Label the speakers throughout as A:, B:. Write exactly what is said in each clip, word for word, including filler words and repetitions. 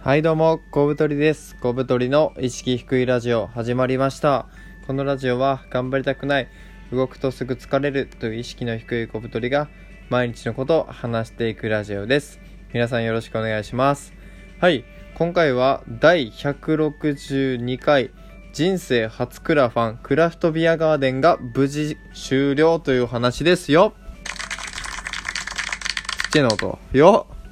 A: はいどうも、小太りです。小太りの意識低いラジオ始まりました。このラジオは頑張りたくない、動くとすぐ疲れるという意識の低い小太りが毎日のことを話していくラジオです。皆さんよろしくお願いします。はい、今回はだいひゃくろくじゅうにかい人生初クラファンクラフトビアガーデンが無事終了という話ですよ。ちっちゃいの音よっ。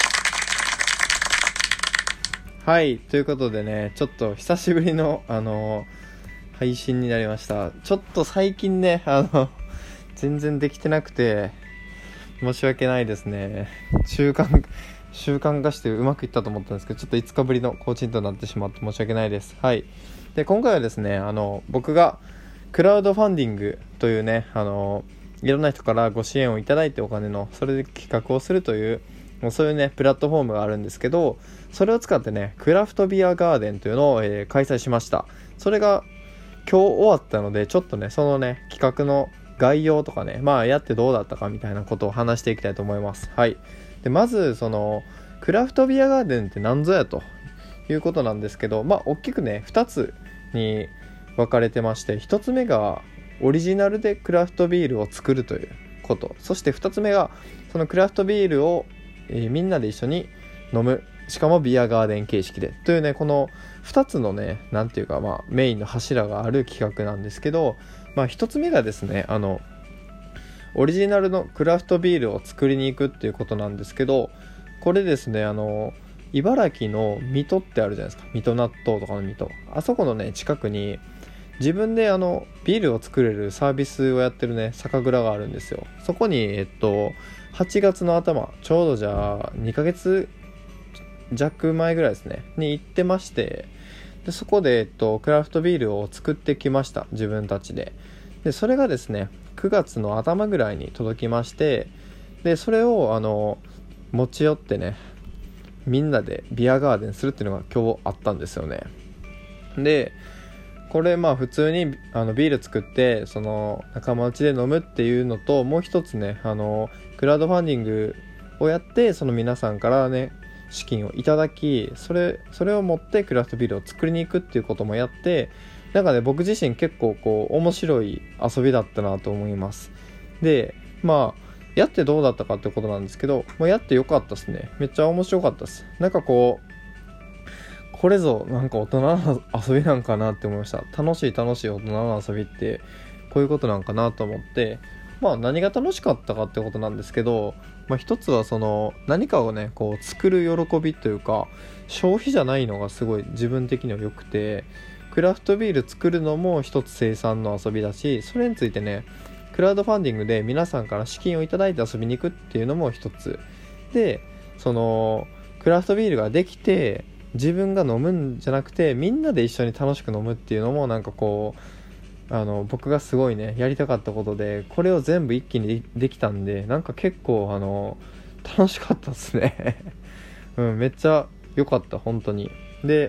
A: はい、ということでね、ちょっと久しぶりの、あのー、配信になりました。ちょっと最近ね、あの、全然できてなくて、申し訳ないですね。習慣、習慣化してうまくいったと思ったんですけど、ちょっといつかぶりの更新となってしまって申し訳ないです。はい。で、今回はですね、あの、僕がクラウドファンディングというね、あの、いろんな人からご支援をいただいてお金の、それで企画をするという、もうそういうねプラットフォームがあるんですけど、それを使ってねクラフトビアガーデンというのを、えー、開催しました。それが今日終わったので、ちょっとねそのね企画の概要とかね、まあやってどうだったかみたいなことを話していきたいと思います。はい。でまずそのクラフトビアガーデンって何ぞやということなんですけど、まあ大きくねふたつに分かれてまして、ひとつめがオリジナルでクラフトビールを作るということ、そしてふたつめがそのクラフトビールをえー、みんなで一緒に飲む、しかもビアガーデン形式でというね、このふたつのねなんていうか、まあメインの柱がある企画なんですけど、まあひとつめがですね、あのオリジナルのクラフトビールを作りに行くっていうことなんですけど、これですね、あの茨城の水戸ってあるじゃないですか、水戸納豆とかの水戸、あそこのね近くに自分であのビールを作れるサービスをやってるね酒蔵があるんですよ。そこにえっとはちがつの頭、ちょうどじゃあにかげつ弱前ぐらいですねに行ってまして、でそこでえっとクラフトビールを作ってきました、自分たちで。でそれがですねくがつの頭ぐらいに届きまして、でそれをあの持ち寄ってねみんなでビアガーデンするっていうのが今日あったんですよね。でこれまあ普通にあのビール作ってその仲間内で飲むっていうのと、もう一つねあのクラウドファンディングをやって、その皆さんからね資金をいただき、それそれを持ってクラフトビールを作りに行くっていうこともやって、なんかね僕自身結構こう面白い遊びだったなと思います。でまあやってどうだったかってことなんですけど、もうやってよかったですね。めっちゃ面白かったです。なんかこうこれぞなんか大人の遊びなんかなって思いました。楽しい楽しい大人の遊びってこういうことなんかなと思って、まあ何が楽しかったかってことなんですけど、まあ一つはその何かをねこう作る喜びというか、消費じゃないのがすごい自分的には良くて、クラフトビール作るのも一つ生産の遊びだし、それについてねクラウドファンディングで皆さんから資金をいただいて遊びに行くっていうのも一つで、そのクラフトビールができて自分が飲むんじゃなくてみんなで一緒に楽しく飲むっていうのもなんかこうあの僕がすごいねやりたかったことで、これを全部一気にできたんで、なんか結構あの楽しかったですねうん、めっちゃ良かった本当に。で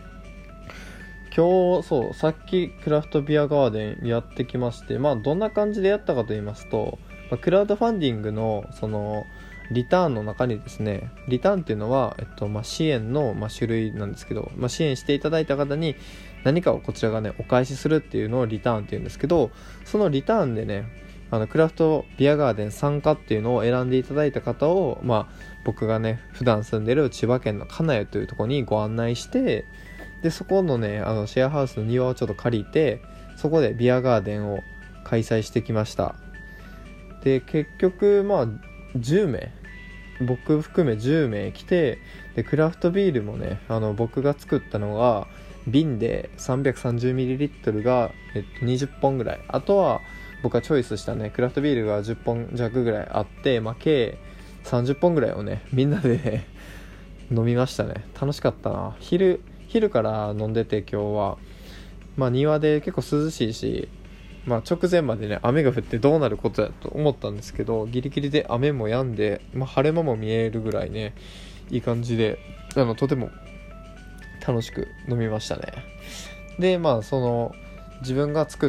A: 今日そうさっきクラフトビアガーデンやってきまして、まあどんな感じでやったかと言いますと、まあ、クラウドファンディングのそのリターンの中にですね、リターンっていうのは、えっとまあ、支援の、まあ、種類なんですけど、まあ、支援していただいた方に何かをこちらがねお返しするっていうのをリターンっていうんですけど、そのリターンでねあのクラフトビアガーデン参加っていうのを選んでいただいた方を、まあ、僕がね普段住んでる千葉県の金谷というところにご案内して、でそこのねあのシェアハウスの庭をちょっと借りて、そこでビアガーデンを開催してきました。で結局まあじゅうめい、僕含めじゅうめい来て、でクラフトビールもねあの僕が作ったのが瓶で さんびゃくさんじゅうミリリットル が、えっと、にじゅっぽんぐらい、あとは僕がチョイスしたねクラフトビールがじゅっぽん弱ぐらいあって、まあ、計さんじゅっぽんぐらいをねみんなでね飲みましたね。楽しかったな。昼昼から飲んでて、今日はまあ庭で結構涼しいし、まあ、直前までね雨が降ってどうなることやと思ったんですけど、ギリギリで雨も止んで、まあ、晴れ間も見えるぐらいねいい感じで、あのとても楽しく飲みましたね。でまあその自分が作った、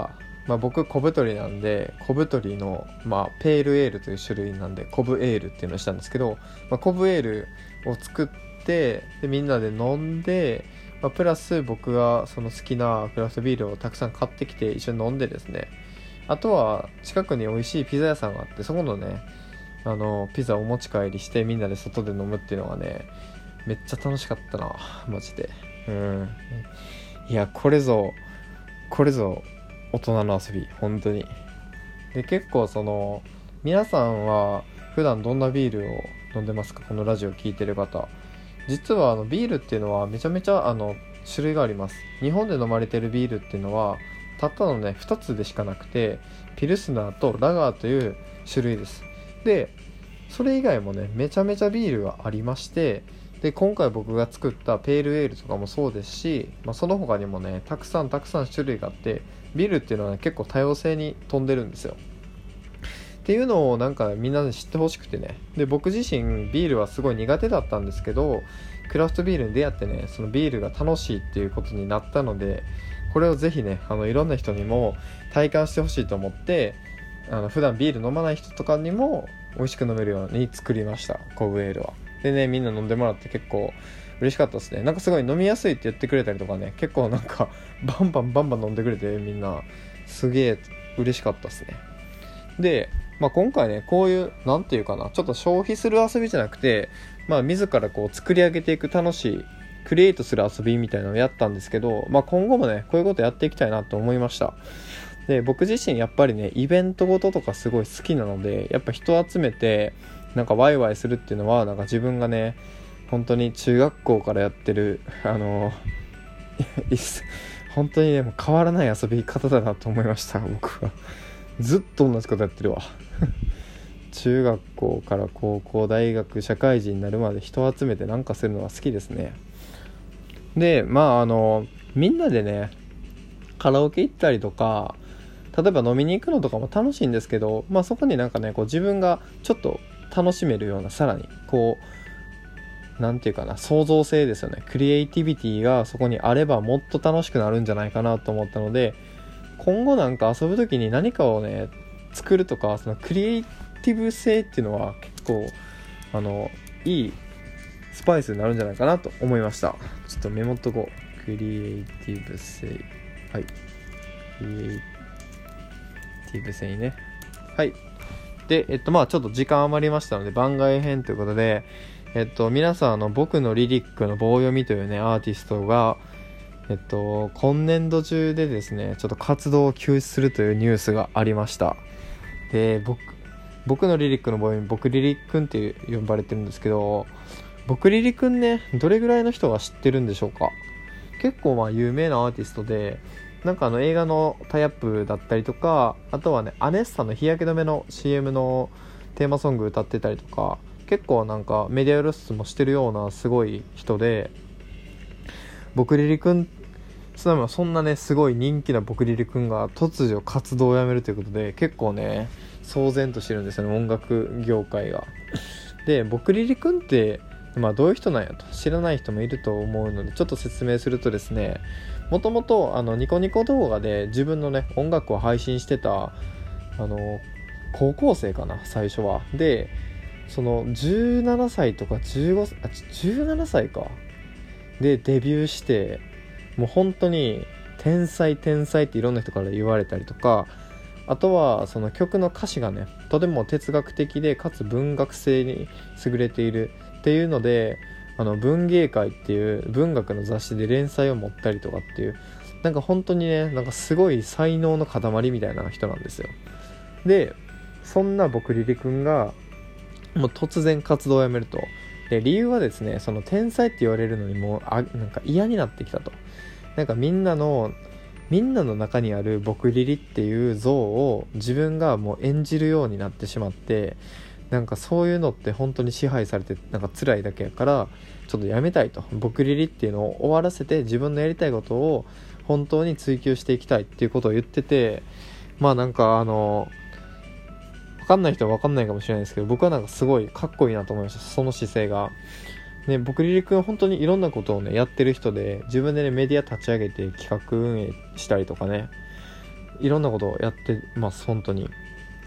A: まあ、僕小太りなんで小太りの、まあ、ペールエールという種類なんでコブエールっていうのをしたんですけど、まあ、コブエールを作って、でみんなで飲んで、まあ、プラス僕がその好きなクラフトビールをたくさん買ってきて一緒に飲んでですね、あとは近くに美味しいピザ屋さんがあって、そこのねあのピザをお持ち帰りしてみんなで外で飲むっていうのがねめっちゃ楽しかったなマジで。うんいやこれぞこれぞ大人の遊び本当に。で結構その皆さんは普段どんなビールを飲んでますか？このラジオ聞いてる方、実はあのビールっていうのはめちゃめちゃあの種類があります。日本で飲まれてるビールっていうのはたったのねふたつでしかなくて、ピルスナーとラガーという種類です。でそれ以外もねめちゃめちゃビールがありまして、で今回僕が作ったペールエールとかもそうですし、まあ、その他にもねたくさんたくさん種類があって、ビールっていうのは、ね、結構多様性に富んでるんですよっていうのをなんかみんなで知ってほしくてね。で僕自身ビールはすごい苦手だったんですけど、クラフトビールに出会ってねそのビールが楽しいっていうことになったので、これをぜひねあのいろんな人にも体感してほしいと思って、あの普段ビール飲まない人とかにも美味しく飲めるように作りました、コブエールは。でねみんな飲んでもらって結構嬉しかったですね。なんかすごい飲みやすいって言ってくれたりとかね、結構なんかバンバンバンバン飲んでくれて、みんなすげえ嬉しかったですね。でまあ、今回ねこういうなんていうかな、ちょっと消費する遊びじゃなくて、まあ、自らこう作り上げていく楽しいクリエイトする遊びみたいなのをやったんですけど、まあ、今後もねこういうことやっていきたいなと思いました。で僕自身やっぱりねイベントごととかすごい好きなので、やっぱ人を集めてなんかワイワイするっていうのはなんか自分がね本当に中学校からやってるあの本当にねもう変わらない遊び方だなと思いました。僕はずっと同じことやってるわ中学校から高校大学社会人になるまで人を集めてなんかするのは好きですね。でまああのみんなでねカラオケ行ったりとか、例えば飲みに行くのとかも楽しいんですけど、まあそこになんかねこう自分がちょっと楽しめるような、さらにこうなんていうかな、創造性ですよね、クリエイティビティがそこにあればもっと楽しくなるんじゃないかなと思ったので、今後なんか遊ぶ時に何かをね作るとか、そのクリエイティブ性っていうのは結構あのいいスパイスになるんじゃないかなと思いました。ちょっとメモっとこう、クリエイティブ性、はい、クリエイティブ性ね、はい。でえっとまあちょっと時間余りましたので番外編ということで、えっと皆さんあの僕のリリックの棒読みというねアーティストがえっと今年度中でですねちょっと活動を休止するというニュースがありました。で僕僕のリリックの棒読み、僕リリックンって呼ばれてるんですけど、僕リリックンねどれぐらいの人が知ってるんでしょうか。結構まあ有名なアーティストで、なんかあの映画のタイアップだったりとか、あとはねアネッサの日焼け止めの シーエム のテーマソング歌ってたりとか、結構なんかメディア露出もしてるようなすごい人で、僕リリくんつまりそんなねすごい人気な僕リリくんが突如活動をやめるということで、結構ね騒然としてるんですよね、音楽業界が。で僕リリくんってまあどういう人なんやと知らない人もいると思うのでちょっと説明するとですね、もともとあのニコニコ動画で自分のね音楽を配信してたあの高校生かな最初は。でそのじゅうななさいとかじゅうごあじゅうななさいかでデビューして、もう本当に天才天才っていろんな人から言われたりとか、あとはその曲の歌詞がねとても哲学的でかつ文学性に優れているっていうので、あの文芸会っていう文学の雑誌で連載を持ったりとかっていう、なんか本当にねなんかすごい才能の塊みたいな人なんですよ。でそんな僕リリくんがもう突然活動をやめると。で理由はですね、その天才って言われるのにもうあなんか嫌になってきたと。なんかみんなのみんなの中にある僕リリっていう像を自分がもう演じるようになってしまって、なんかそういうのって本当に支配されてなんか辛いだけやからちょっとやめたいと。僕リリっていうのを終わらせて自分のやりたいことを本当に追求していきたいっていうことを言ってて、まあなんかあの分かんない人は分かんないかもしれないですけど、僕はなんかすごいかっこいいなと思いました、その姿勢がね。僕リリ君は本当にいろんなことをねやってる人で、自分でねメディア立ち上げて企画運営したりとかね、いろんなことをやってます本当に。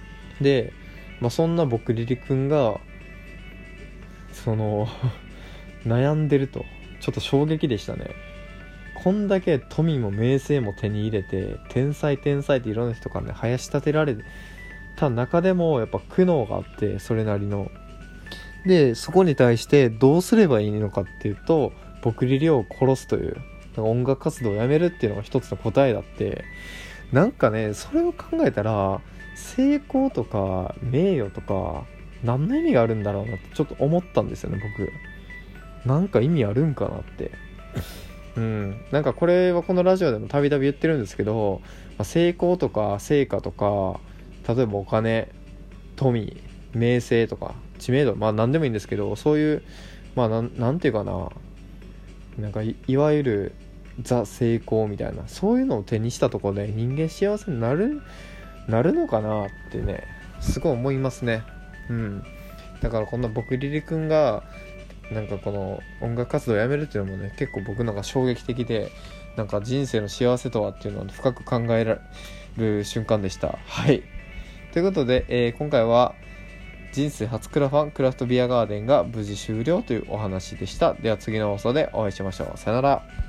A: で、まあ、そんな僕リリ君がその悩んでると、ちょっと衝撃でしたね。こんだけ富も名声も手に入れて、天才天才っていろんな人からね囃し立てられた中でもやっぱ苦悩があって、それなりので、そこに対してどうすればいいのかっていうと、僕リリオを殺すという、なんか音楽活動をやめるっていうのが一つの答えだって。なんかね、それを考えたら成功とか名誉とか何の意味があるんだろうなってちょっと思ったんですよね。僕なんか意味あるんかなってうん、なんかこれはこのラジオでもたびたび言ってるんですけど、まあ、成功とか成果とか、例えばお金、富、名声とか知名度、まあ何でもいいんですけど、そういうまあなん、なんていうかな、なんか い, いわゆるザ成功みたいな、そういうのを手にしたところで人間幸せになるなるのかなってね、すごい思いますね。うん。だからこんな僕リリ君がなんかこの音楽活動をやめるっていうのもね、結構僕なんか衝撃的で、なんか人生の幸せとはっていうのを深く考えられる瞬間でした。はい。ということで、えー、今回は人生初クラファンクラフトビアガーデンが無事終了というお話でした。では次の放送でお会いしましょう。さよなら。